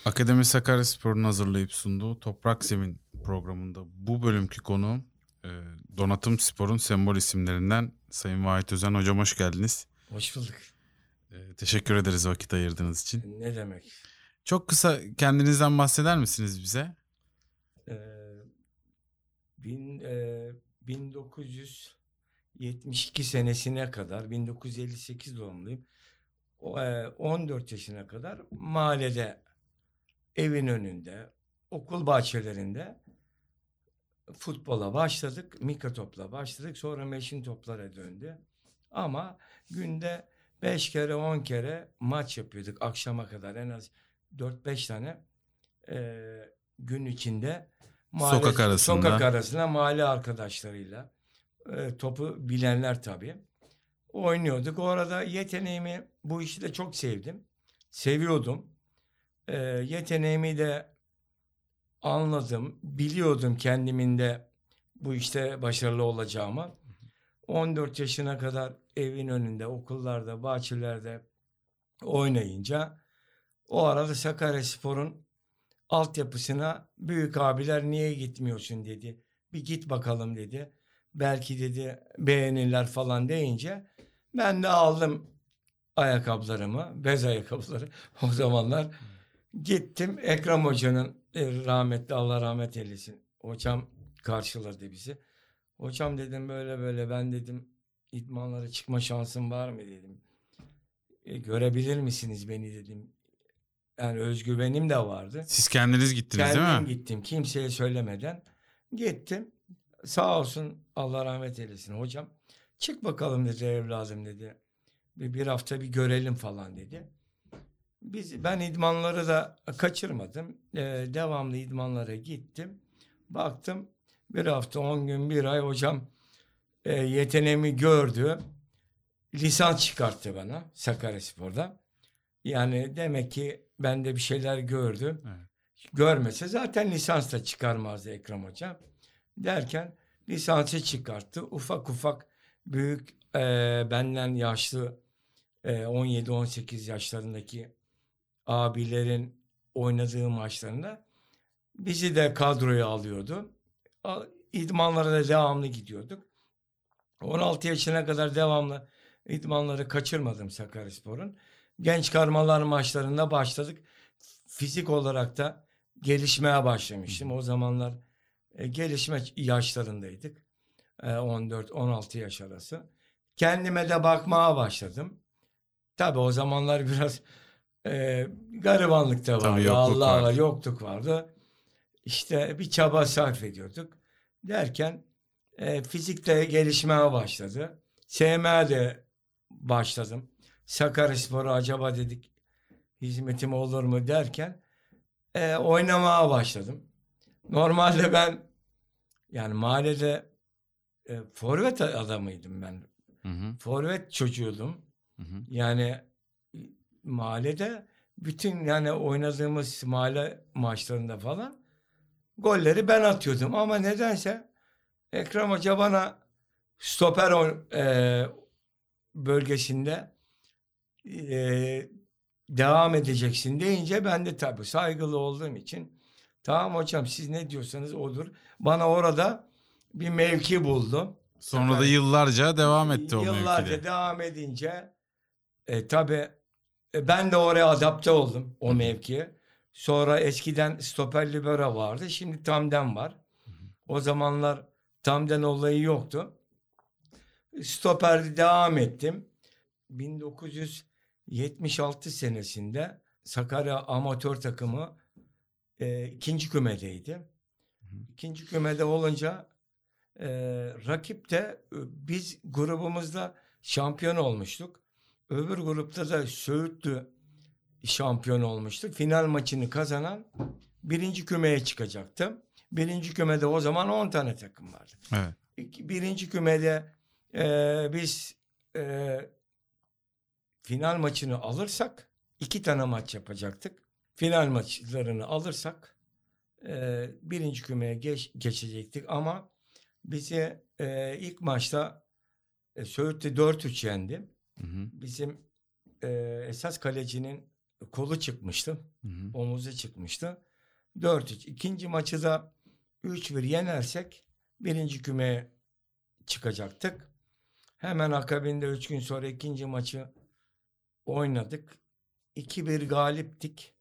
Akademi Sakaryaspor'un hazırlayıp sunduğu Toprak Zemin programında bu bölümkü konu Donatım Spor'un sembol isimlerinden Sayın Vahit Özen. Hocam hoş geldiniz. Hoş bulduk. Teşekkür ederiz vakit ayırdığınız için. Ne demek? Çok kısa kendinizden bahseder misiniz bize? Ee, bin, e, 1972 senesine kadar, 1958 doğumluyum. 14 yaşına kadar mahallede, evin önünde, okul bahçelerinde futbola başladık. Mika topla başladık. Sonra meşin toplara döndü. Ama günde 5 kere 10 kere maç yapıyorduk akşama kadar. En az 4-5 tane gün içinde Sokak arasında. sokak arasında mahalle arkadaşlarıyla topu bilenler tabii oynuyorduk. Orada yeteneğimi bu işi de çok sevdim. Seviyordum. Yeteneğimi de anladım. Biliyordum kendimin de bu işte başarılı olacağımı. 14 yaşına kadar evin önünde, okullarda, bahçelerde oynayınca o arada Sakaryaspor'un altyapısına büyük abiler niye gitmiyorsun dedi. Bir git bakalım dedi. Belki dedi beğenirler falan deyince ben de aldım ayakkabılarımı, bez ayakkabıları o zamanlar. Gittim Ekrem Hoca'nın rahmetli Allah rahmet eylesin. Hocam karşıladı bizi. Hocam dedim böyle böyle ben dedim idmanlara çıkma şansım var mı dedim. Görebilir misiniz beni dedim. Yani özgüvenim de vardı. Siz kendiniz gittiniz değil Kendim mi? gittim kimseye söylemeden. Gittim. Sağ olsun Allah rahmet eylesin hocam. Çık bakalım dedi evladım dedi. Bir hafta bir görelim falan dedi. Ben idmanları da kaçırmadım. Devamlı idmanlara gittim. Baktım bir hafta 10 gün bir ay hocam yeteneğimi gördü. Lisans çıkarttı bana Sakaryaspor'da. Yani demek ki bende bir şeyler gördü. Evet. Görmese zaten lisans da çıkarmazdı Ekrem Hoca. Derken lisansı çıkarttı. Ufak ufak büyük benden yaşlı 17-18 yaşlarındaki abilerin oynadığı maçlarında bizi de kadroya alıyordu. İdmanlara da devamlı gidiyorduk. 16 yaşına kadar devamlı idmanları kaçırmadım Sakaryaspor'un. Genç karmalar maçlarında başladık. Fizik olarak da gelişmeye başlamıştım. O zamanlar gelişme yaşlarındaydık. 14-16 yaş arası. Kendime de bakmaya başladım. Tabii o zamanlar biraz garibanlık da Tabii vardı. yokluk Allah var, vardı. yokluk vardı. İşte bir çaba sarf ediyorduk. Derken fizikte gelişmeye başladı. Sevmeye de başladım. Sakaryaspor'u acaba dedik hizmetim olur mu derken oynamaya başladım. Normalde ben yani mahallede forvet adamıydım ben. Hı hı. Forvet çocuğuydum. Hı hı. Yani mahallede bütün yani oynadığımız mahalle maçlarında falan golleri ben atıyordum. Ama nedense Ekrem Hoca bana stoper bölgesinde e, devam edeceksin deyince ben de tabii saygılı olduğum için tamam hocam siz ne diyorsanız odur. Bana orada bir mevki buldum. Sonra da yıllarca devam etti o Yıllarca mevkide. devam edince tabii ben de oraya adapte oldum o mevkiye. Sonra eskiden stoper libero vardı. Şimdi Tamden var. O zamanlar Tamden olayı yoktu. Stoperde devam ettim. 1976 senesinde Sakarya amatör takımı ikinci kümedeydi. İkinci kümede olunca rakip de biz grubumuzda şampiyon olmuştuk. Öbür grupta da Söğütlü şampiyon olmuştu. Final maçını kazanan birinci kümeye çıkacaktı. Birinci kümede o zaman 10 tane takım vardı. Evet. Birinci kümede biz final maçını alırsak 2 tane maç yapacaktık. Final maçlarını alırsak birinci kümeye geçecektik ama bizi ilk maçta Söğütlü 4-3 yendi. Hı hı. Bizim esas kalecinin kolu çıkmıştı. Hı hı. Omuzu çıkmıştı. 4-3. İkinci maçı da 3-1 yenersek birinci kümeye çıkacaktık. Hemen akabinde 3 gün sonra ikinci maçı oynadık. 2-1 galiptik.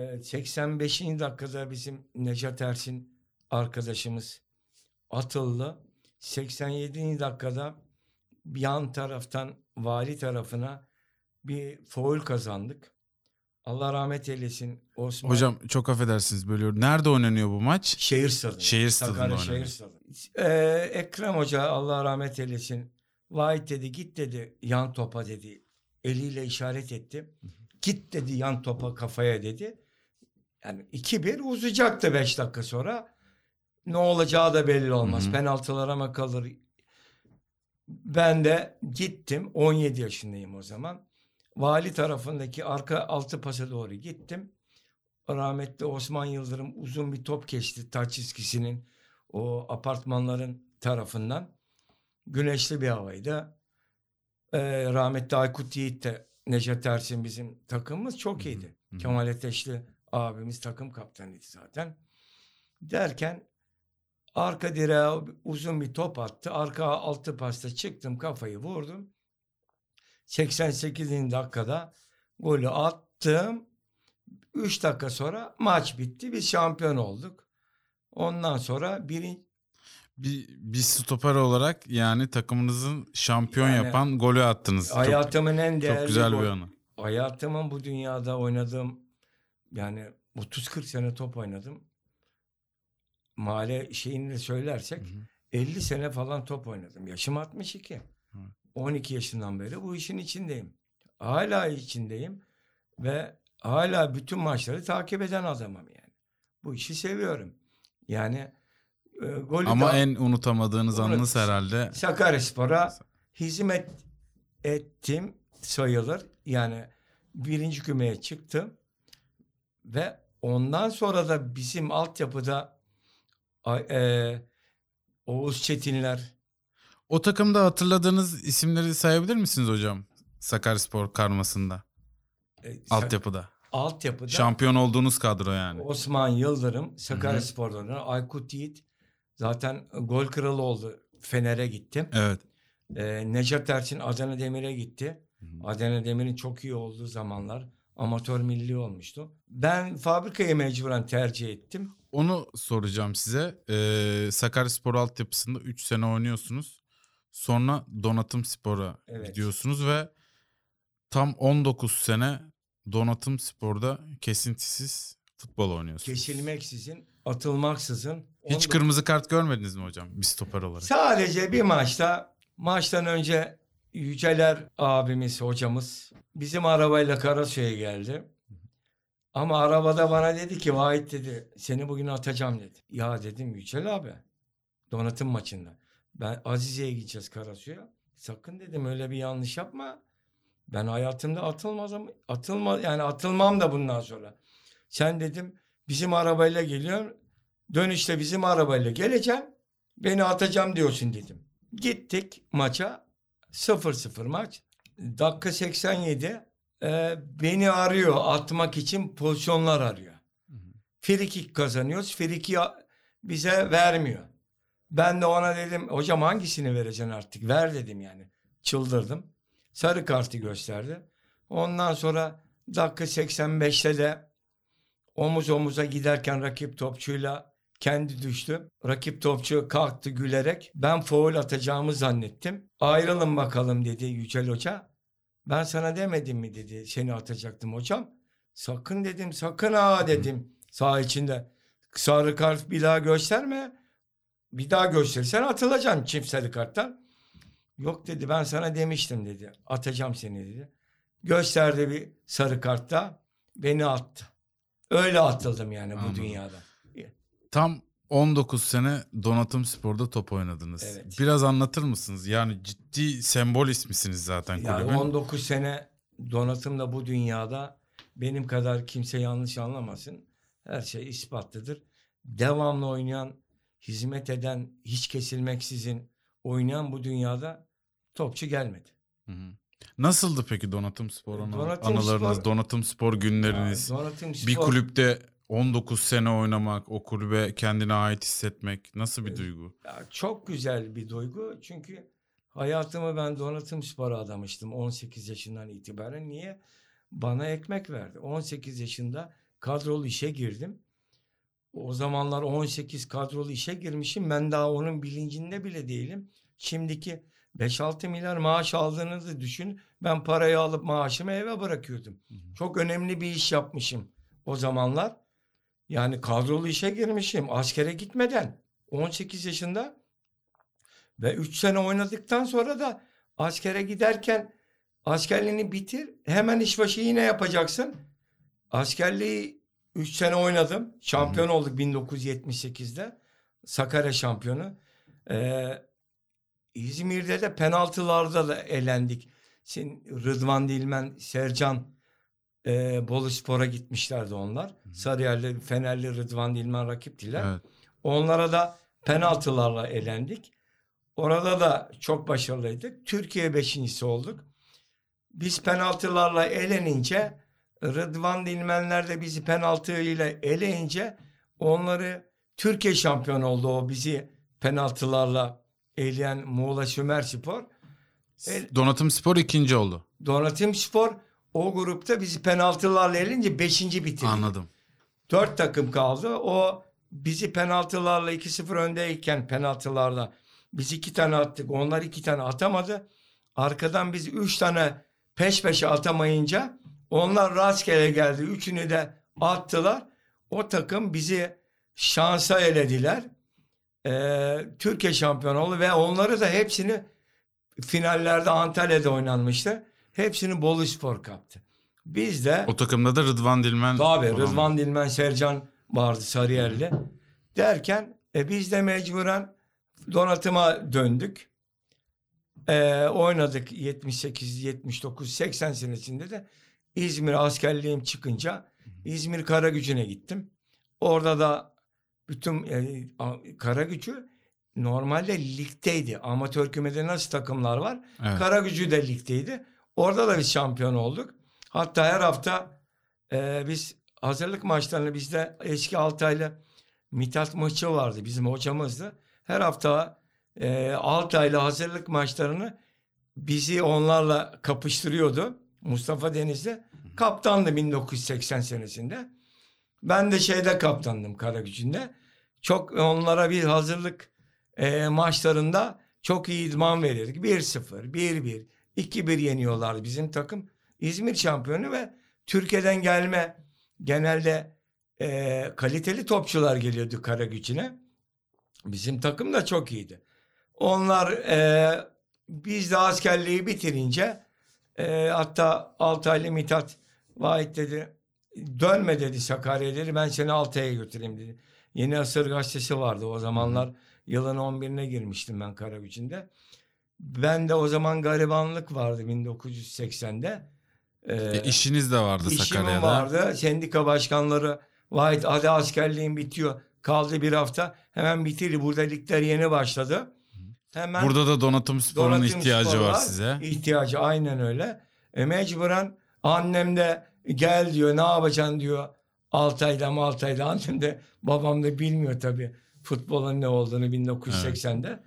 85. dakikada bizim Nejat Ersin arkadaşımız atıldı. 87. dakikada yan taraftan vali tarafına bir faul kazandık. Allah rahmet eylesin Osman. Hocam çok affedersiniz bölüyorum. Nerede oynanıyor bu maç? Şehir stadında. Şehir stadında Sakarya oynanıyor. Şehir Stadı. Ekrem Hoca Allah rahmet eylesin. Vahit dedi git dedi yan topa dedi. Eliyle işaret etti. Git dedi yan topa kafaya dedi. Yani 2-1 uzayacaktı 5 dakika sonra. Ne olacağı da belli olmaz. Hı hı. Penaltılara mı kalır? Ben de gittim. 17 yaşındayım o zaman. Vali tarafındaki arka altı pasa doğru gittim. Rahmetli Osman Yıldırım uzun bir top geçti taç çizgisinin o apartmanların tarafından. Güneşli bir havaydı. Rahmetli Aykut Yiğit de Necdet Ersin bizim takımımız çok iyiydi. Hı hı. Kemal Ateşli abimiz takım kaptanıydı zaten. Derken arka direğe uzun bir top attı. Arka altı pasta çıktım kafayı vurdum. 88. dakikada golü attım. 3 dakika sonra maç bitti. Biz şampiyon olduk. Ondan sonra Bir stoper olarak yani takımınızın şampiyon Yani yapan golü attınız. hayatımın en değerli çok güzel gol. bir anı. Hayatımın bu dünyada oynadığım yani 30-40 sene top oynadım. Mahalle şeyini de söylersek Hı hı. 50 sene falan top oynadım. Yaşım 62. Hı. 12 yaşından beri bu işin içindeyim. Hala içindeyim ve hala bütün maçları takip eden adamım yani. Bu işi seviyorum. Yani golü Ama de en unutamadığınız anınız herhalde Sakaryaspor'a hizmet ettim sayılır. Yani birinci kümeye çıktım ve ondan sonra da bizim altyapıda Oğuz Çetinler, o takımda hatırladığınız isimleri sayabilir misiniz hocam? Sakaryaspor karmasında, altyapıda. altyapıda Şampiyon olduğunuz kadro yani. Osman Yıldırım, Sakaryaspor'dan Aykut Yiğit zaten gol kralı oldu. Fener'e gittim. Evet. Nejat Ersin Adana Demir'e gitti. Hı hı. Adana Demir'in çok iyi olduğu zamanlar amatör milli olmuştu. Ben fabrikayı mecburen tercih ettim. Onu soracağım size. Sakaryaspor altyapısında 3 sene oynuyorsunuz. Sonra Donatım Spor'a Evet. gidiyorsunuz ve tam 19 sene Donatım Spor'da kesintisiz futbol oynuyorsunuz. Kesilmeksizin, atılmaksızın. Hiç kırmızı kart görmediniz mi hocam bir stoper olarak? Sadece bir maçtan önce Yüceler abimiz, hocamız bizim arabayla Karasu'ya geldi. Ama arabada bana dedi ki Vahit dedi seni bugün atacağım dedi. Ya dedim Yücel abi donatım maçında. Ben Azize'ye gideceğiz Karasu'ya. Sakın dedim öyle bir yanlış yapma. Ben hayatımda atılmam da bundan sonra. Sen dedim bizim arabayla geliyor. Dönüşte bizim arabayla geleceğim. Beni atacağım diyorsun dedim. Gittik maça. 0-0 maç. Dakika 87. Beni arıyor atmak için pozisyonlar arıyor. Frikik kazanıyoruz. Friki bize vermiyor. Ben de ona dedim hocam hangisini vereceksin artık? Ver dedim yani. Çıldırdım. Sarı kartı gösterdi. Ondan sonra dakika 85'te de omuz omuza giderken rakip topçuyla kendi düştü. Rakip topçu kalktı gülerek. Ben faul atacağımı zannettim. Ayrılın bakalım dedi Yücel Hoca. Ben sana demedim mi dedi seni atacaktım hocam. Sakın dedim sakın ha dedim saha içinde. Sarı kart bir daha gösterme. Bir daha gösterirsen atılacaksın çift sarı karttan. Yok dedi ben sana demiştim dedi. Atacağım seni dedi. Gösterdi bir sarı kartta. Beni attı. Öyle atıldım yani bu Anladım. dünyada. Tam 19 sene Donatım Spor'da top oynadınız. Evet. Biraz anlatır mısınız? Yani ciddi sembol ismisiniz zaten Yani kulübün. 19 sene donatımda bu dünyada benim kadar kimse yanlış anlamasın. Her şey ispatlıdır. Devamlı oynayan, hizmet eden, hiç kesilmeksizin oynayan bu dünyada topçu gelmedi. Hı hı. Nasıldı peki Donatım Spor Donatım anılarınız, Spor, Donatım Spor ya günleriniz? Donatım Bir Spor, kulüpte 19 sene oynamak, o kulübe kendine ait hissetmek nasıl e, bir duygu? ya çok güzel bir duygu. Çünkü hayatımı ben Donatım Spor'a adamıştım 18 yaşından itibaren. Niye? Bana ekmek verdi. 18 yaşında kadrolu işe girdim. O zamanlar 18 kadrolu işe girmişim. Ben daha onun bilincinde bile değilim. Şimdiki 5-6 milyar maaş aldığınızı düşün. Ben parayı alıp maaşımı eve bırakıyordum. Hı hı. Çok önemli bir iş yapmışım o zamanlar. Yani kadrolu işe girmişim askere gitmeden. 18 yaşında ve 3 sene oynadıktan sonra da askere giderken askerliğini bitir. Hemen işbaşı yine yapacaksın. Askerliği 3 sene oynadım. Hı hı. Şampiyon olduk 1978'de. Sakarya şampiyonu. Ee, İzmir'de de penaltılarda da elendik. Rıdvan Dilmen, Sercan Boluspor'a gitmişlerdi onlar. Hı hı. Sarıyerli, Fenerli Rıdvan Dilmen rakiptiler. Evet. Onlara da penaltılarla elendik. Orada da çok başarılıydık. Türkiye beşincisi olduk. Biz penaltılarla elenince Rıdvan Dilmenler de bizi penaltıyla eleyince onları Türkiye şampiyonu oldu o bizi penaltılarla eleyen Muğla Sümerspor. Donatım Spor ikinci oldu. Donatım Spor o grupta bizi penaltılarla elince 5. bitirdi. Anladım. 4 takım kaldı. O bizi penaltılarla 2-0 öndeyken penaltılarla biz 2 tane attık. Onlar 2 tane atamadı. Arkadan biz 3 tane peş peşe atamayınca onlar rastgele geldi. Üçünü de attılar. O takım bizi şansa elediler. Türkiye şampiyonu oldu ve onları da hepsini finallerde Antalya'da oynanmıştı. Hepsini Boluspor kaptı. Biz de O takımda da Rıdvan Dilmen tabii falan Rıdvan var. Dilmen, Sercan vardı Sarıyerli. Derken biz de mecburen donatıma döndük. Oynadık 78, 79, 80 senesinde de İzmir askerliğim çıkınca İzmir Karagücü'ne gittim. Orada da bütün Karagücü normalde ligdeydi. Amatör kümede nasıl takımlar var? Evet. Karagücü de ligdeydi. Orada da biz şampiyon olduk. Hatta her hafta biz hazırlık maçlarını bizde eski Altaylı Mithat Mıhçı vardı. Bizim hocamızdı. Her hafta Altaylı hazırlık maçlarını bizi onlarla kapıştırıyordu. Mustafa Denizli kaptandı 1980 senesinde. Ben de şeyde kaptandım Karagücü'nde. Çok onlara bir hazırlık maçlarında çok iyi idman verirdik. 1-0, 1-1, 2-1 yeniyorlardı bizim takım. İzmir şampiyonu ve Türkiye'den gelme genelde kaliteli topçular geliyordu Karagücü'ne. Bizim takım da çok iyiydi. Onlar biz de askerliği bitirince hatta Altaylı Mithat Vahit dedi dönme dedi Sakarya dedi ben seni Altay'a götüreyim dedi. Yeni Asır gazetesi vardı o zamanlar yılın 11'ine girmiştim ben Karagücü'nde. Ben de o zaman garibanlık vardı 1980'de. İşiniz de vardı İşim Sakarya'da. vardı. Sendika başkanları vahit hadi askerliğin bitiyor. Kaldı bir hafta. Hemen bitirdi. Burada ligler yeni başladı. Hemen Burada da Donatım Spor'un Donatım ihtiyacı Spor var size. İhtiyacı aynen öyle. Mecburen annem de gel diyor ne yapacaksın diyor. Altay'da annem de babam da bilmiyor tabii futbolun ne olduğunu 1980'de.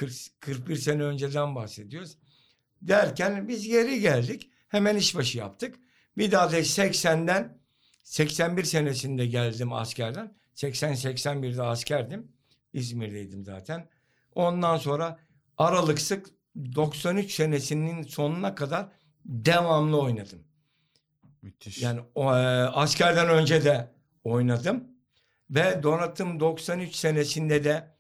41 sene önceden bahsediyoruz. Derken biz geri geldik. Hemen işbaşı yaptık. Bir daha da 80'den 81 senesinde geldim askerden. 80-81'de askerdim. İzmir'deydim zaten. Ondan sonra aralıksız 93 senesinin sonuna kadar devamlı oynadım. Müthiş. Yani askerden önce de oynadım. Ve donatım 93 senesinde de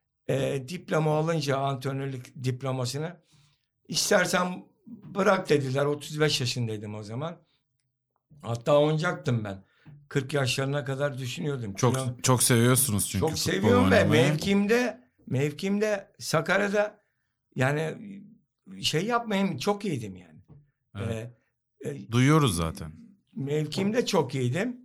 diploma alınca antrenörlük diplomasını istersen bırak dediler. 35 yaşındaydım o zaman. Hatta oynayacaktım ben. 40 yaşlarına kadar düşünüyordum. Çok seviyorsunuz çünkü çok futbol seviyorum ve oynamayı. mevkimde Sakarya'da yani şey yapmayayım çok iyiydim yani. Evet. Duyuyoruz zaten. Mevkimde çok iyiydim.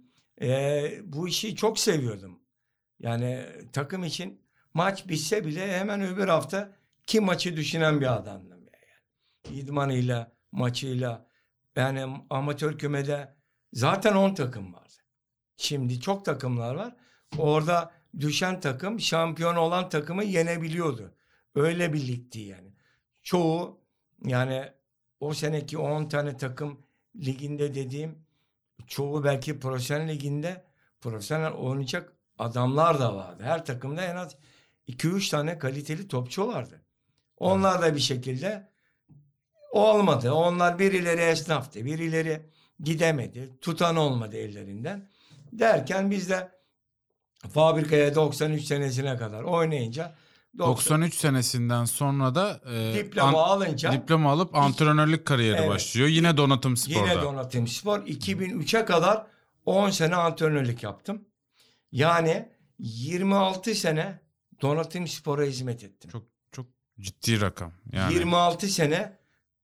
Bu işi çok seviyordum. Yani takım için maç bitse bile hemen öbür hafta ki maçı düşünen bir adamdım. Yani. İdmanıyla, maçıyla. Yani amatör kümede zaten 10 takım vardı. Şimdi çok takımlar var. Orada düşen takım şampiyon olan takımı yenebiliyordu. Öyle bir ligdi yani. Çoğu yani o seneki 10 tane takım liginde dediğim çoğu belki profesyonel liginde profesyonel oynayacak adamlar da vardı. Her takımda en az 2-3 tane kaliteli topçu vardı. Onlar da bir şekilde olmadı. Onlar birileri esnaftı, birileri gidemedi. Tutan olmadı ellerinden. Derken biz de fabrikaya 93 senesine kadar oynayınca 93 senesinden sonra da diploma alınca diploma alıp antrenörlük kariyeri Evet. başlıyor. Yine Donatım Spor'da. yine Donatım Spor 2003'e kadar 10 sene antrenörlük yaptım. Yani 26 sene Donatım Spor'a hizmet ettim. Çok çok ciddi rakam. Yani 26 sene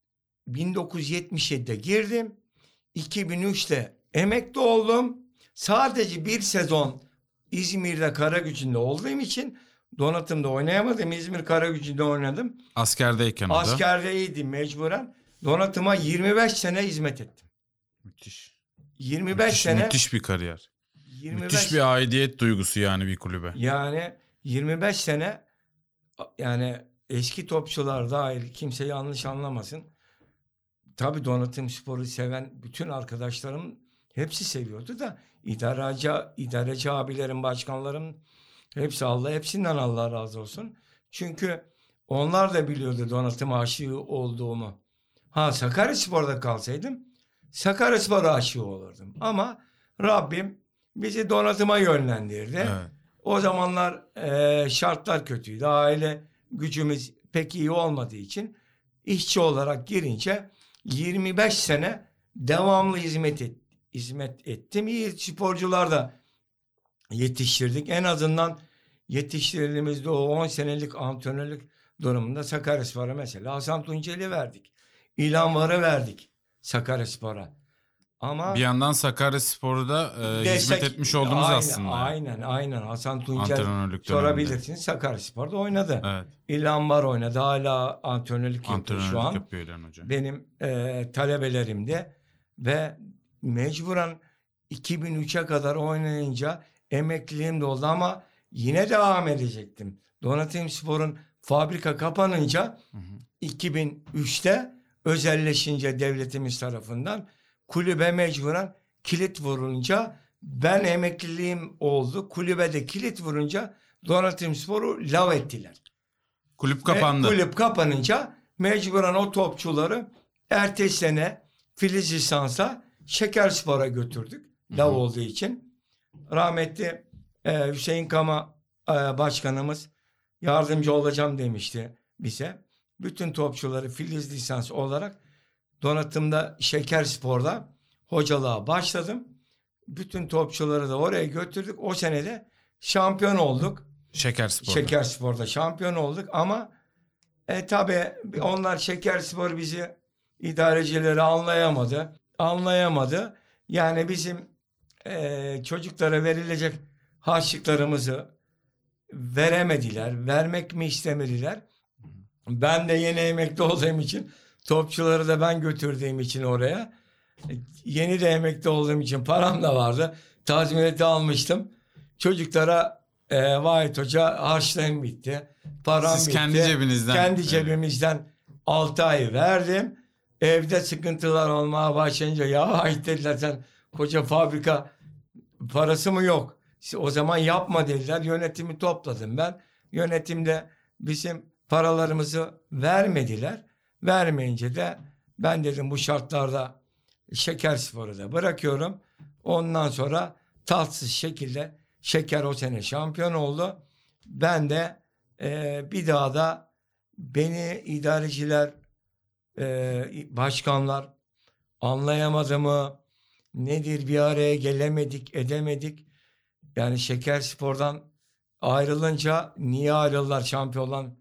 1977'de girdim. 2003'te emekli oldum. Sadece bir sezon İzmir'de Karagücü'nde olduğum için Donatım'da oynayamadım. İzmir Karagücü'nde oynadım. askerdeyken o da. Askerdeydim mecburen. Donatım'a 25 sene hizmet ettim. Müthiş. 25 sene. Müthiş bir kariyer. 25 Müthiş bir aidiyet duygusu yani bir kulübe. Yani 25 sene yani eski topçular dahil kimse yanlış anlamasın. Tabii Donatım Spor'u seven bütün arkadaşlarım hepsi seviyordu da idareci abilerim, başkanlarım hepsi hepsinden Allah razı olsun. Çünkü onlar da biliyordu Donatım aşığı olduğumu. Sakaryaspor'da kalsaydım Sakaryaspor aşığı olurdum. Ama Rabbim bizi Donatım'a yönlendirdi. Evet. O zamanlar şartlar kötüydü. Aile gücümüz pek iyi olmadığı için işçi olarak girince 25 sene devamlı hizmet ettim. İyi sporcular da yetiştirdik. En azından yetiştirdiğimizde o 10 senelik antrenörlük durumunda Sakaryaspor'a mesela Hasan Tunceli verdik. İlhan Var'ı verdik Sakaryaspor'a. Ama Bir yandan Sakaryaspor'da hizmet etmiş oldunuz aslında. Aynen. Hasan Tuncel Antrenörlük döneminde. sorabilirsiniz. Sakaryaspor'da oynadı. Evet. İlhan Var oynadı. Hala antrenörlük yapıyor şu an. Yapıyor İlhan Hoca. Benim talebelerimde ve mecburen 2003'e kadar oynayınca emekliliğim de oldu ama yine devam edecektim. Donatım Spor'un fabrika kapanınca 2003'te özelleşince devletimiz tarafından kulübe mecburen kilit vurunca ben emekliliğim oldu. Kulübede kilit vurunca Donatım Spor'u lav ettiler. Kulüp kapandı. Kulüp kapanınca mecburen o topçuları ertesi sene Filiz lisansa Şekerspor'a götürdük. Lav olduğu için. Rahmetli Hüseyin Kama başkanımız yardımcı olacağım demişti bize. Bütün topçuları Filiz lisans olarak Donatım'da Şekerspor'da hocalığa başladım. Bütün topçuları da oraya götürdük. O sene de şampiyon olduk. Şekerspor'da şampiyon olduk ama tabii onlar Şekerspor bizi idarecileri anlayamadı. Yani bizim çocuklara verilecek harçlıklarımızı veremediler. Vermek mi istemediler. Ben de yeni emekli olduğum için topçuları da ben götürdüğüm için oraya. Yeni de emekli olduğum için param da vardı. Tazminatı almıştım. Çocuklara Vahit Hoca harçlığım bitti. Param Siz bitti. kendi cebimizden 6 ay verdim. Evde sıkıntılar olmaya başlayınca ya Vahit dediler sen koca fabrika parası mı yok? O zaman yapma dediler. Yönetimi topladım ben. Yönetimde bizim paralarımızı vermediler. Vermeyince de ben dedim bu şartlarda Şekerspor'u da bırakıyorum. Ondan sonra tatsız şekilde Şeker o sene şampiyon oldu. Ben de bir daha da beni idareciler, başkanlar anlayamadı mı? Nedir bir araya gelemedik, edemedik. Yani Şekerspor'dan ayrılınca niye ayrıldılar şampiyon olan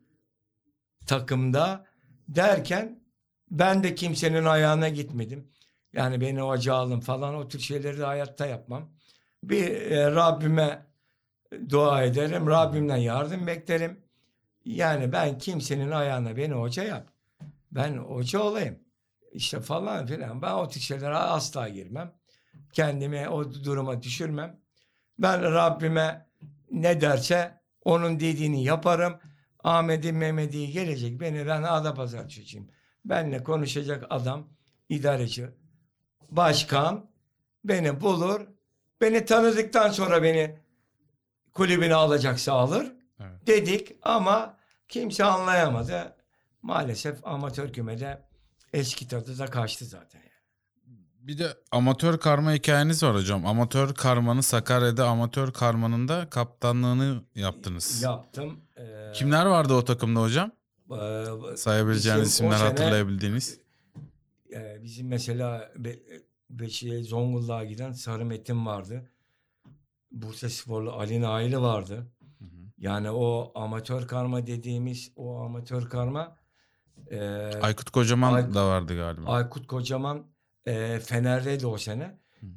takımda derken ben de kimsenin ayağına gitmedim. Yani beni hoca alın falan o tür şeyleri de hayatta yapmam. Bir Rabbime dua ederim. Rabbimden yardım beklerim. Yani ben kimsenin ayağına beni hoca yap. Ben hoca olayım. işte falan filan. Ben o tür şeylere asla girmem. Kendimi o duruma düşürmem. Ben Rabbime ne derse onun dediğini yaparım. Ahmet'i Mehmet'i gelecek. Ben Adapazarı çocuğuyum. Benimle konuşacak adam, idareci, başkan beni bulur. Beni tanıdıktan sonra beni kulübüne alacaksa alır. Evet. Dedik ama kimse anlayamadı. Maalesef amatör kümede eski tadı da kaçtı zaten. Bir de amatör karma hikayeniz var hocam. Amatör karmanın Sakarya'da amatör karmanın da kaptanlığını yaptınız. Yaptım. Kimler vardı o takımda hocam? Sayabileceğiniz Bizim o isimler, sene, hatırlayabildiğiniz. Bizim mesela Zonguldak'a giden Sarı Metin vardı. Bursasporlu Ali Naili vardı. Hı hı. Yani o amatör karma dediğimiz o amatör karma Aykut Kocaman Ay- da vardı galiba. Aykut Kocaman Fener'deydi o sene.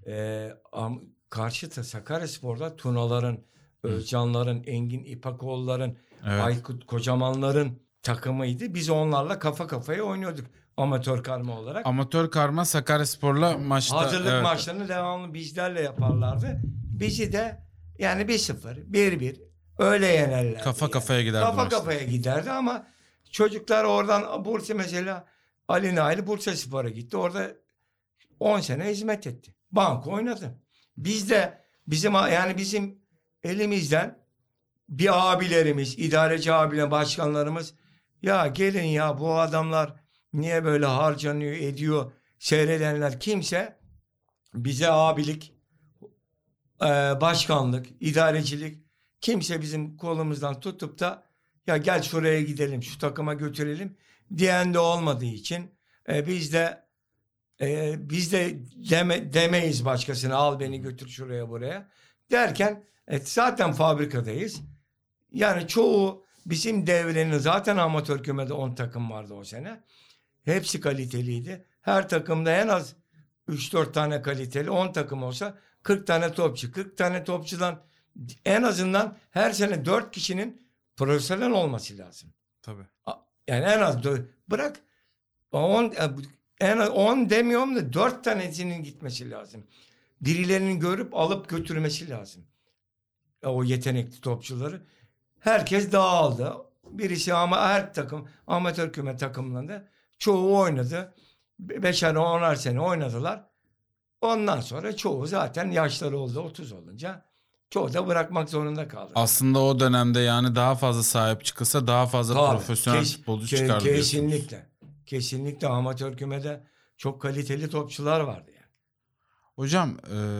Karşıta Sakaryaspor'da Tunaların, Özcanların, Engin İpakoğulların, Evet. Aykut Kocamanların takımıydı. Biz onlarla kafa kafaya oynuyorduk amatör karma olarak. Amatör karma Sakaryaspor'la maçta. Hazırlık evet. maçlarını devamlı bizlerle yaparlardı. Bizi de yani 1-0, 1-1 öyle yenerlerdi. Kafa kafaya giderdi Kafa maçlar. kafaya giderdi ama çocuklar oradan Bursa mesela Ali Nail Bursaspor'a gitti. Orada 10 sene hizmet etti. Banko oynadı. Biz de bizim elimizden bir abilerimiz, idareci abiler, başkanlarımız ya gelin ya bu adamlar niye böyle harcanıyor, ediyor, seyredenler kimse bize abilik, başkanlık, idarecilik kimse bizim kolumuzdan tutup da ya gel şuraya gidelim, şu takıma götürelim diyen de olmadığı için biz de demeyiz başkasına al beni götür şuraya buraya derken zaten fabrikadayız. Yani çoğu bizim devrenin zaten amatör kümede 10 takım vardı o sene. Hepsi kaliteliydi. Her takımda en az 3-4 tane kaliteli 10 takım olsa 40 tane topçu. 40 tane topçudan en azından her sene 4 kişinin profesyonel olması lazım. Tabii. Yani en az bırak 10 en az 10 demiyorum da 4 tanesinin gitmesi lazım. Birilerinin görüp alıp götürmesi lazım. O yetenekli topçuları. Herkes dağıldı. Birisi ama her takım amatör küme takımlarında çoğu oynadı. 5'er 10'ar sene oynadılar. Ondan sonra çoğu zaten yaşları oldu 30 olunca çoğu da bırakmak zorunda kaldı. Aslında o dönemde yani daha fazla sahip çıkılsa daha fazla Tabii, profesyonel futbolcu çıkardı diyorsunuz. kesinlikle. Kesinlikle amatör kümede çok kaliteli topçular vardı yani. Hocam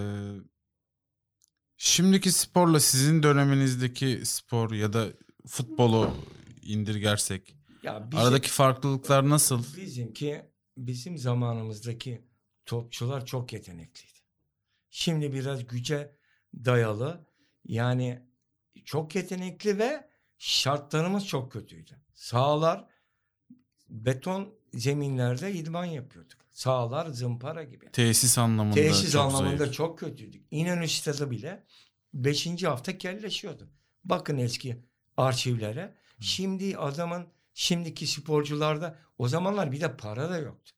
şimdiki sporla sizin döneminizdeki spor ya da futbolu indirgersek Ya aradaki farklılıklar nasıl? bizim zamanımızdaki topçular çok yetenekliydi. Şimdi biraz güce dayalı. Yani çok yetenekli ve şartlarımız çok kötüydü. Sahalar beton zeminlerde idman yapıyorduk. Sahalar zımpara gibi. Tesis anlamında Tesis çok anlamında zayıf. çok kötüydük. İnönü stadı bile 5. hafta kelleşiyordu. Bakın eski arşivlere. Şimdiki sporcularda o zamanlar bir de para da yoktu.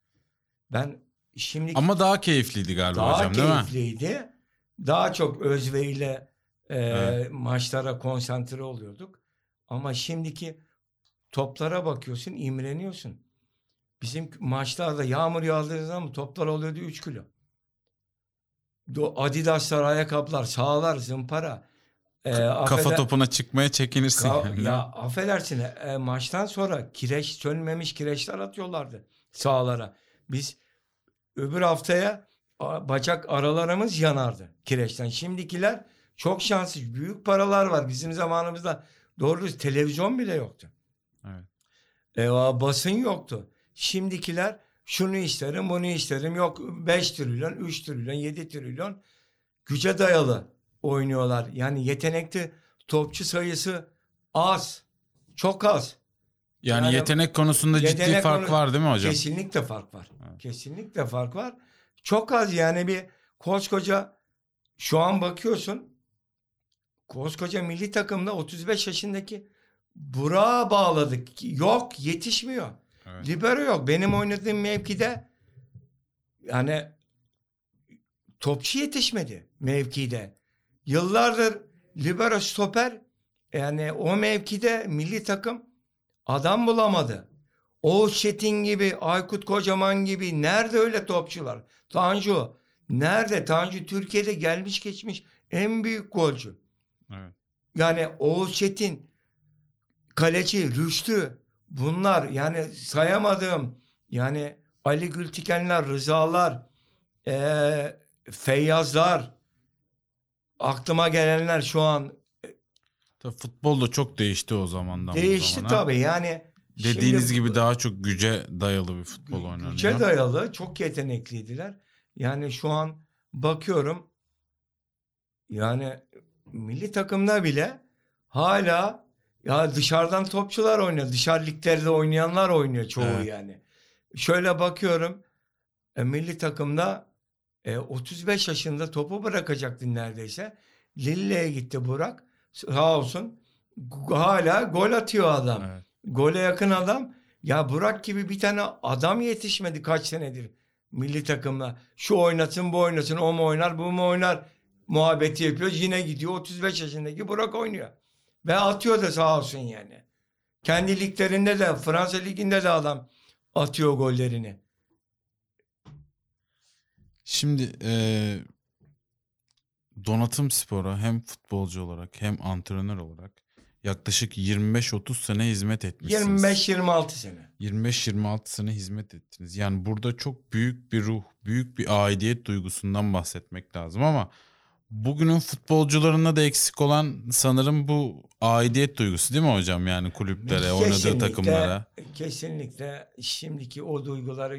Ama daha keyifliydi galiba daha hocam, değil mi? keyifliydi. Daha çok özveriyle Evet. maçlara konsantre oluyorduk. Ama şimdiki toplara bakıyorsun, imreniyorsun. Bizim maçlarda yağmur yağdığı zaman toplar oluyordu 3 kilo. Adidaslar, ayakkabılar, sahalar, zımpara. Kafa topuna çıkmaya çekinirsin yani. Ya affedersin maçtan sonra sönmemiş kireçler atıyorlardı sahalara. Biz öbür haftaya bacak aralarımız yanardı kireçten. Şimdikiler çok şanssız. Büyük paralar var. Bizim zamanımızda doğru televizyon bile yoktu. Evet. Basın yoktu. Şimdikiler şunu isterim, bunu isterim. Yok 5 trilyon, 3 trilyon, 7 trilyon güce dayalı oynuyorlar. Yani yetenekli topçu sayısı az. Çok az. Yani yetenek konusunda ciddi fark var değil mi hocam? Kesinlikle fark var. Evet. Kesinlikle fark var. Çok az yani bir koskoca şu an bakıyorsun koskoca milli takımda 35 yaşındaki Burak'a bağladık. Yok yetişmiyor. Evet. Libero yok. Benim oynadığım mevkide Yani topçu yetişmedi mevkide. Yıllardır libero stoper, yani o mevkide milli takım adam bulamadı. Oğuz Çetin gibi, Aykut Kocaman gibi nerede öyle topçular? Tanju nerede? Tanju Türkiye'de gelmiş geçmiş en büyük golcü. Evet. Yani Oğuz Çetin, kaleci Rüştü, bunlar yani sayamadığım, yani Ali Gültikenler, Rızalar, Feyyazlar, aklıma gelenler şu an Tabii futbol da çok değişti o zamandan bu değişti zamana. tabii. Yani Dediğiniz şimdi gibi daha çok güce dayalı bir futbol güce oynanıyor. dayalı, çok yetenekliydiler. Yani şu an bakıyorum, yani milli takımda bile hala ya dışarıdan topçular oynuyor. Dışarı liglerde oynayanlar oynuyor çoğu Evet. yani. Şöyle bakıyorum, milli takımda 35 yaşında topu bırakacaktı neredeyse. Lille'ye gitti Burak. Sağ olsun. Hala gol atıyor adam. Evet. Gole yakın adam. Ya Burak gibi bir tane adam yetişmedi kaç senedir milli takımla. Şu oynasın, bu oynasın, o mu oynar, bu mu oynar muhabbeti yapıyor. Yine gidiyor 35 yaşındaki Burak oynuyor. Ve atıyor da sağ olsun yani. Kendi liglerinde de, Fransa liginde de adam atıyor gollerini. Şimdi Donatım Spor'a hem futbolcu olarak hem antrenör olarak yaklaşık 25-30 sene hizmet etmişsiniz. 25-26 sene. 25-26 sene hizmet ettiniz. Yani burada çok büyük bir ruh, büyük bir aidiyet duygusundan bahsetmek lazım ama bugünün futbolcularında da eksik olan sanırım bu aidiyet duygusu değil mi hocam? Yani kulüplere, oynadığı takımlara. Kesinlikle şimdiki o duyguları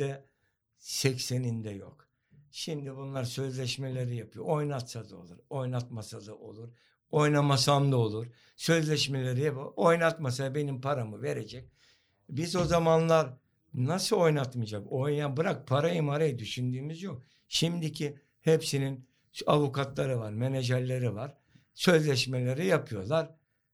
%80'inde yok. Şimdi bunlar sözleşmeleri yapıyor. Oynatsa da olur, oynatmasa da olur. Oynamasam da olur. Sözleşmeleri yapıyor. Oynatmasa benim paramı verecek. Biz o zamanlar nasıl oynatmayacak? Oynayan bırak, parayı düşündüğümüz yok. Şimdiki hepsinin avukatları var, menajerleri var. Sözleşmeleri yapıyorlar.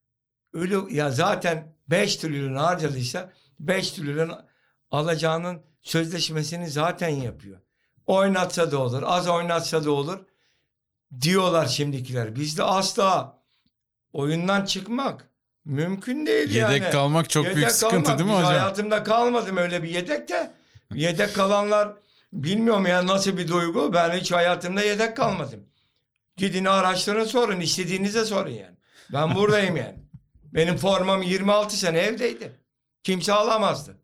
Ölü ya, zaten 5 trilyon harcadıysa 5 trilyon alacağının sözleşmesini zaten yapıyor. Oynatsa da olur, az oynatsa da olur diyorlar şimdikiler. Bizde asla oyundan çıkmak mümkün değil Yedek yani. kalmak çok büyük sıkıntı değil mi Biz hocam? hayatımda kalmadım öyle bir yedek de. Yedek kalanlar bilmiyorum ya nasıl bir duygu. Ben hiç hayatımda yedek kalmadım. Gidin araştırın, sorun. İstediğinize sorun yani. Ben buradayım yani. Benim formam 26 sene evdeydi. Kimse alamazdı.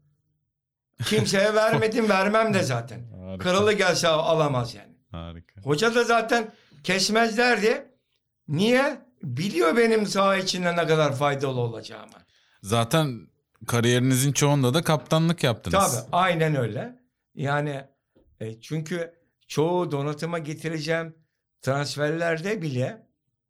Kimseye vermedim, vermem de zaten. Harika. Kralı gelse alamaz yani. Harika. Hoca da zaten kesmezlerdi. Niye? Biliyor benim saha içinde ne kadar faydalı olacağımı. Zaten kariyerinizin çoğunda da kaptanlık yaptınız. Tabii aynen öyle. Yani çünkü çoğu donatıma getireceğim transferlerde bile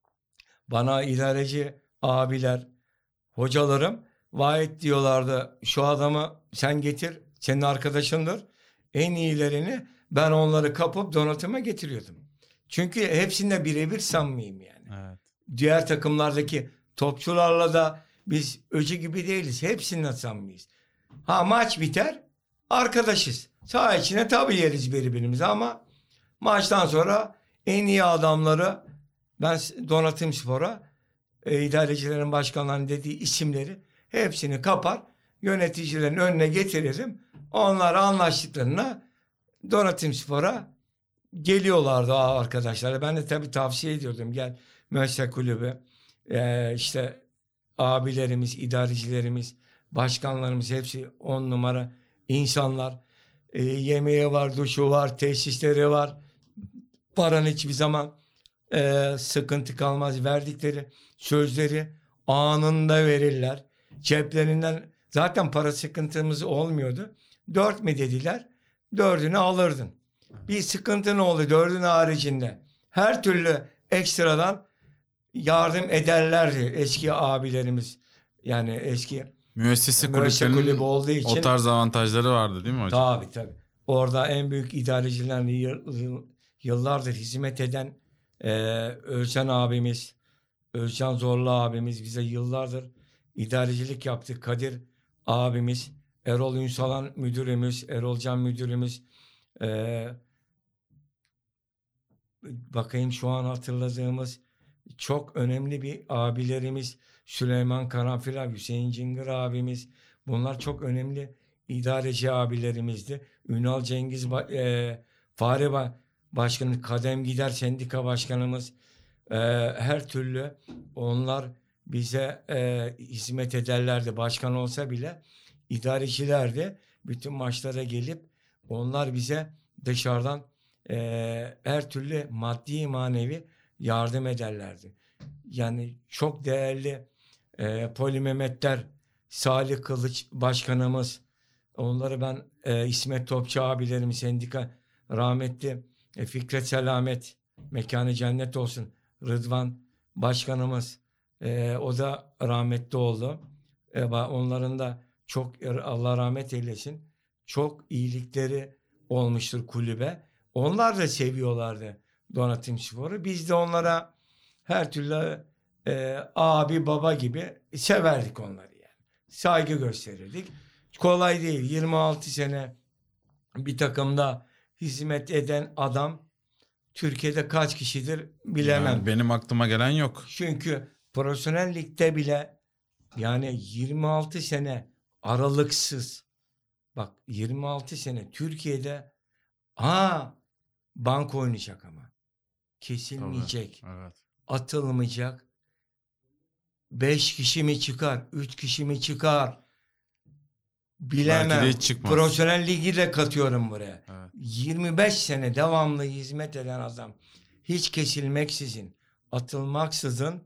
bana idareci abiler, hocalarım vahit diyorlardı. Şu adamı sen getir, senin arkadaşındır. En iyilerini ben onları kapıp donatıma getiriyordum. Çünkü hepsinde birebir samimiyim yani. Evet. Diğer takımlardaki topçularla da biz öcü gibi değiliz. Hepsinden samimiyiz. Ha, maç biter, arkadaşız. Saha içine tabii yeriz birbirimizi ama maçtan sonra en iyi adamları ben Donatım Spor'a idarecilerin, başkanlarının dediği isimleri hepsini kapar, yöneticilerin önüne getiririm. Onlar anlaştıklarına Donatım Spor'a geliyorlardı arkadaşlar. Ben de tabii tavsiye ediyordum. Gel Müessese Kulübü, işte abilerimiz, idarecilerimiz, başkanlarımız hepsi 10 numara insanlar. Yemeği var, duşu var, tesisleri var. Paran hiçbir zaman sıkıntı kalmaz. Verdikleri sözleri anında verirler. Ceplerinden zaten para sıkıntımız olmuyordu. 4 mi dediler? 4'ünü alırdın. Bir sıkıntın oldu 4'ün haricinde. Her türlü ekstradan yardım ederlerdi eski abilerimiz. Yani eski Müessese Müessese kulüplerinin kulübü olduğu için. o tarz avantajları vardı değil mi hocam? Tabii. Orada en büyük idarecilerle yıllardır hizmet eden Özcan abimiz, Özcan Zorlu abimiz bize yıllardır idarecilik yaptı. Kadir abimiz, Erol Ünsalan müdürümüz, Erol Can müdürümüz, Ee, Bakayım şu an hatırladığımız çok önemli bir abilerimiz Süleyman Karanfil abi, Hüseyin Cingir abimiz. Bunlar çok önemli idareci abilerimizdi. Ünal Cengiz Fare Başkanı, Kadem Gider Sendika Başkanımız, her türlü onlar bize hizmet ederlerdi. Başkan olsa bile idarecilerdi. Bütün maçlara gelip onlar bize dışarıdan her türlü maddi manevi yardım ederlerdi. Yani çok değerli Poli Mehmetler, Salih Kılıç Başkanımız, onları ben İsmet Topçu abilerim, sendika rahmetli Fikret Selamet, mekanı cennet olsun, Rıdvan Başkanımız, o da rahmetli oldu. Onların da çok Allah rahmet eylesin. Çok iyilikleri olmuştur kulübe. Onlar da seviyorlardı Donatım Spor'u. Biz de onlara her türlü abi baba gibi severdik onları yani. Saygı gösterirdik. Kolay değil. 26 sene bir takımda hizmet eden adam Türkiye'de kaç kişidir bilemem. Yani benim aklıma gelen yok. Çünkü profesyonel ligde bile yani 26 sene aralıksız, bak 26 sene Türkiye'de bank oynayacak ama. Kesilmeyecek. Tabii, evet. Atılmayacak. 5 kişi mi çıkar? 3 kişi mi çıkar? Bilemem. Belki de hiç çıkmaz. Profesyonel ligi de katıyorum buraya. Evet. 25 sene devamlı hizmet eden adam. Hiç kesilmeksizin, atılmaksızın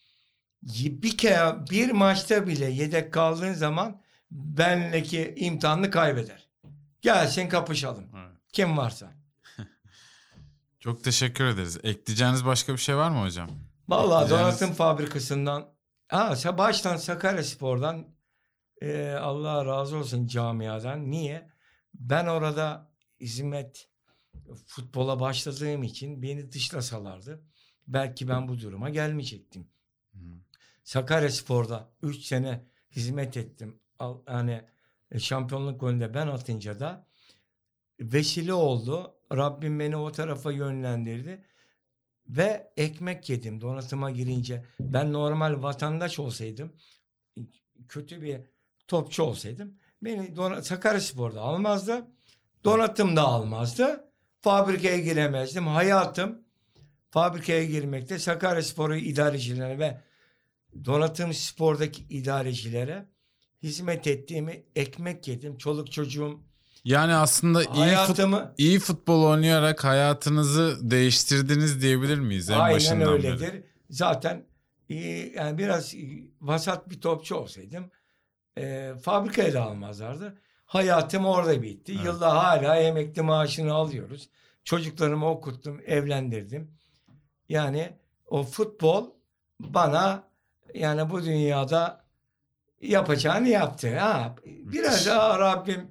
bir maçta bile yedek kaldığın zaman benimle imtihanını kaybeder. Gelsin kapışalım. Evet. Kim varsa. Çok teşekkür ederiz. Ekleyeceğiniz başka bir şey var mı hocam? Vallahi donatım fabrikasından baştan Sakaryaspor'dan Allah razı olsun camiadan. Niye? Ben orada futbola başladığım için beni dışlasalardı belki ben bu duruma gelmeyecektim. Sakaryaspor'da 3 sene hizmet ettim. Hani şampiyonluk golünde ben atınca da vesile oldu. Rabbim beni o tarafa yönlendirdi. Ve ekmek yedim donatıma girince. Ben normal vatandaş olsaydım, kötü bir topçu olsaydım beni Sakaryaspor'da almazdı. Donatım da almazdı. Fabrikaya giremezdim. Hayatım fabrikaya girmekte. Sakaryaspor'u idarecilerine ve Donatım Spor'daki idarecilere hizmet ettiğimi, ekmek yedim. Çoluk çocuğum. Yani aslında iyi futbol oynayarak hayatınızı değiştirdiniz diyebilir miyiz en başından beri? Aynen öyledir. Zaten yani biraz vasat bir topçu olsaydım fabrikaya da almazlardı. Hayatım orada bitti. Evet. Yılda hala emekli maaşını alıyoruz. Çocuklarımı okuttum, evlendirdim. Yani o futbol bana yani bu dünyada yapacağını yaptı. Biraz daha Rabbim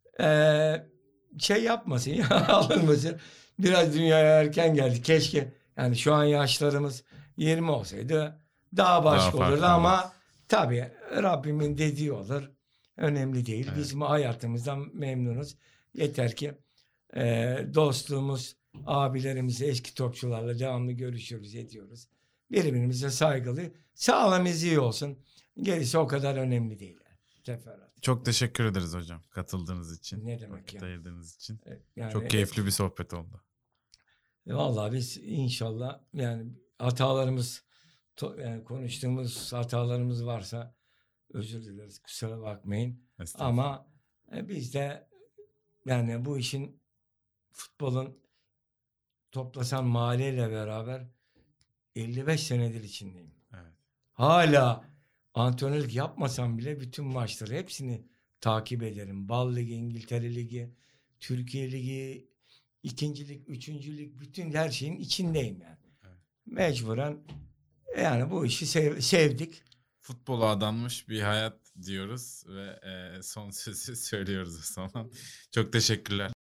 yapmasın ya, alınmasın. Biraz dünyaya erken geldi. Keşke yani şu an yaşlarımız 20 olsaydı daha başka olurdu ama tabii Rabbimin dediği olur. Önemli değil. Evet. Biz hayatımızdan memnunuz. Yeter ki dostluğumuz, abilerimiz, eski topçularla devamlı görüşüyoruz, ediyoruz. Birbirimize saygılı, sağlığımız iyi olsun. Gerisi o kadar önemli değil. Teferruat. Çok teşekkür ederiz hocam katıldığınız için. Ne demek vakit ya. ayırdığınız için. Yani, çok keyifli bir sohbet oldu. Vallahi biz inşallah yani hatalarımız yani konuştuğumuz hatalarımız varsa özür dileriz. Kusura bakmayın. Ama biz de yani bu işin futbolun toplasan maliyle beraber 55 senedir içindeyim. Evet. Hala antrenörlük yapmasam bile bütün maçları hepsini takip ederim. Bal Ligi, İngiltere Ligi, Türkiye Ligi, 2. lig, 3. lig, bütün her şeyin içindeyim yani. Evet. Mecburen yani bu işi sevdik. Futbola adanmış bir hayat diyoruz ve son sözü söylüyoruz o zaman. Çok teşekkürler.